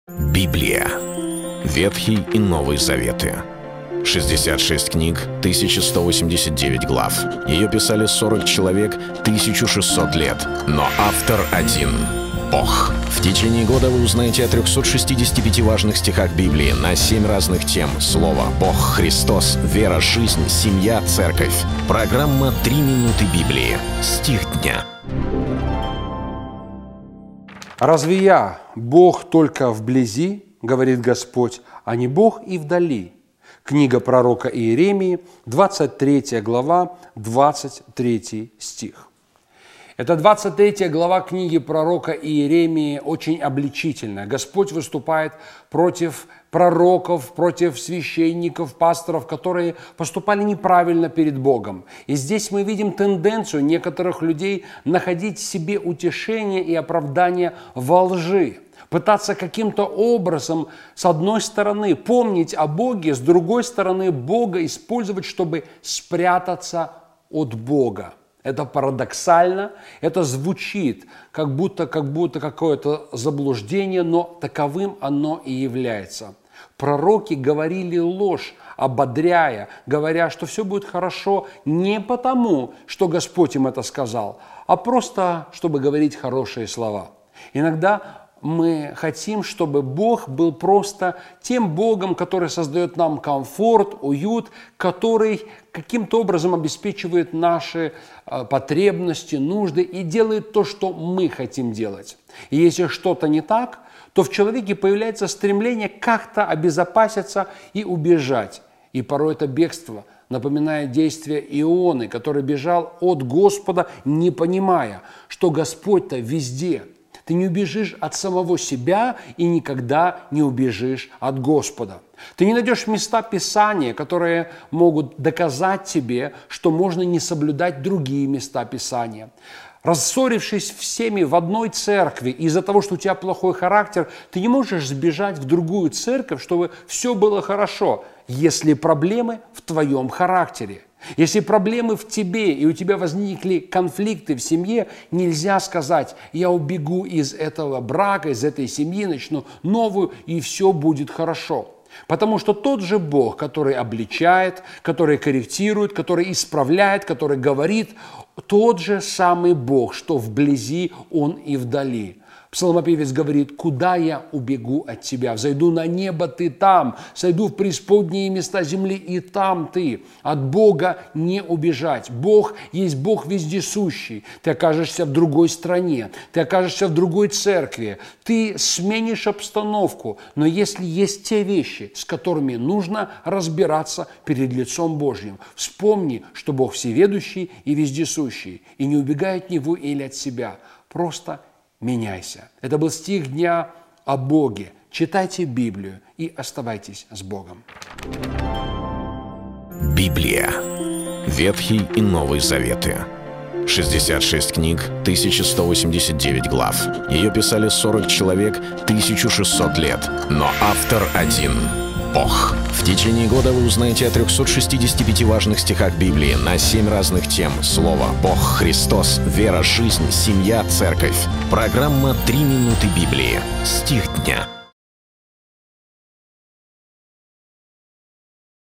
Библия. Ветхий и Новый Заветы. 66 книг, 1189 глав. Ее писали 40 человек, 1600 лет. Но автор один — Бог. В течение года вы узнаете о 365 важных стихах Библии на 7 разных тем. Слово, Бог, Христос, вера, жизнь, семья, церковь. Программа «3 минуты Библии». Стих дня. «Разве я Бог только вблизи, — говорит Господь, — а не Бог и вдали?» Книга пророка Иеремии, 23 глава, 23 стих. Эта 23 глава книги пророка Иеремии очень обличительная. Господь выступает против пророков, против священников, пасторов, которые поступали неправильно перед Богом. И здесь мы видим тенденцию некоторых людей находить себе утешение и оправдание во лжи. Пытаться каким-то образом, с одной стороны, помнить о Боге, с другой стороны, Бога использовать, чтобы спрятаться от Бога. Это парадоксально, это звучит как будто какое-то заблуждение, но таковым оно и является. Пророки говорили ложь, ободряя, говоря, что все будет хорошо не потому, что Господь им это сказал, а просто, чтобы говорить хорошие слова. Иногда мы хотим, чтобы Бог был просто тем Богом, который создает нам комфорт, уют, который каким-то образом обеспечивает наши потребности, нужды и делает то, что мы хотим делать. И если что-то не так, то в человеке появляется стремление как-то обезопаситься и убежать. И порой это бегство напоминает действие Ионы, который бежал от Господа, не понимая, что Господь-то везде. Ты не убежишь от самого себя и никогда не убежишь от Господа. Ты не найдешь места Писания, которые могут доказать тебе, что можно не соблюдать другие места Писания. Рассорившись всеми в одной церкви из-за того, что у тебя плохой характер, ты не можешь сбежать в другую церковь, чтобы все было хорошо, если проблемы в твоем характере. Если проблемы в тебе, и у тебя возникли конфликты в семье, нельзя сказать: я убегу из этого брака, из этой семьи, начну новую, и все будет хорошо. Потому что тот же Бог, который обличает, который корректирует, который исправляет, который говорит, тот же самый Бог, что вблизи, Он и вдали. Псалмопевец говорит: «Куда я убегу от тебя? Взойду на небо, ты там, сойду в преисподние места земли, и там ты». От Бога не убежать. Бог есть Бог вездесущий. Ты окажешься в другой стране, ты окажешься в другой церкви, ты сменишь обстановку. Но если есть те вещи, с которыми нужно разбираться перед лицом Божьим, вспомни, что Бог всеведущий и вездесущий, и не убегай от Него или от себя. Просто меняйся. Это был стих дня о Боге. Читайте Библию и оставайтесь с Богом. Библия. Ветхий и Новый Заветы. 66 книг, 1189 глав. Ее писали 40 человек, 1600 лет. Но автор один — Бог. В течение года вы узнаете о 365 важных стихах Библии на 7 разных тем. Слово, Бог, Христос, вера, жизнь, семья, церковь. Программа «3 минуты Библии». Стих дня.